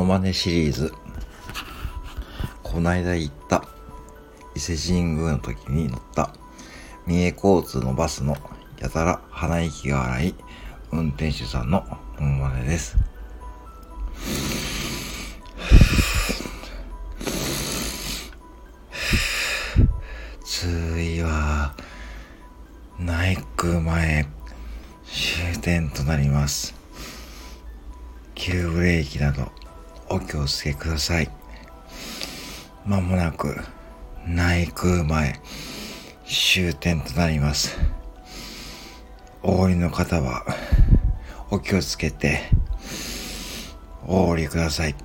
ノマネシリーズ。この間行った伊勢神宮の時に乗った三重交通のバスのやたら鼻息が荒い運転手さんのモノマネです。次は内宮前終点となります。急ブレーキなどお気をつけください。まもなく内宮前終点となります。お降りの方はお気をつけてお降りください。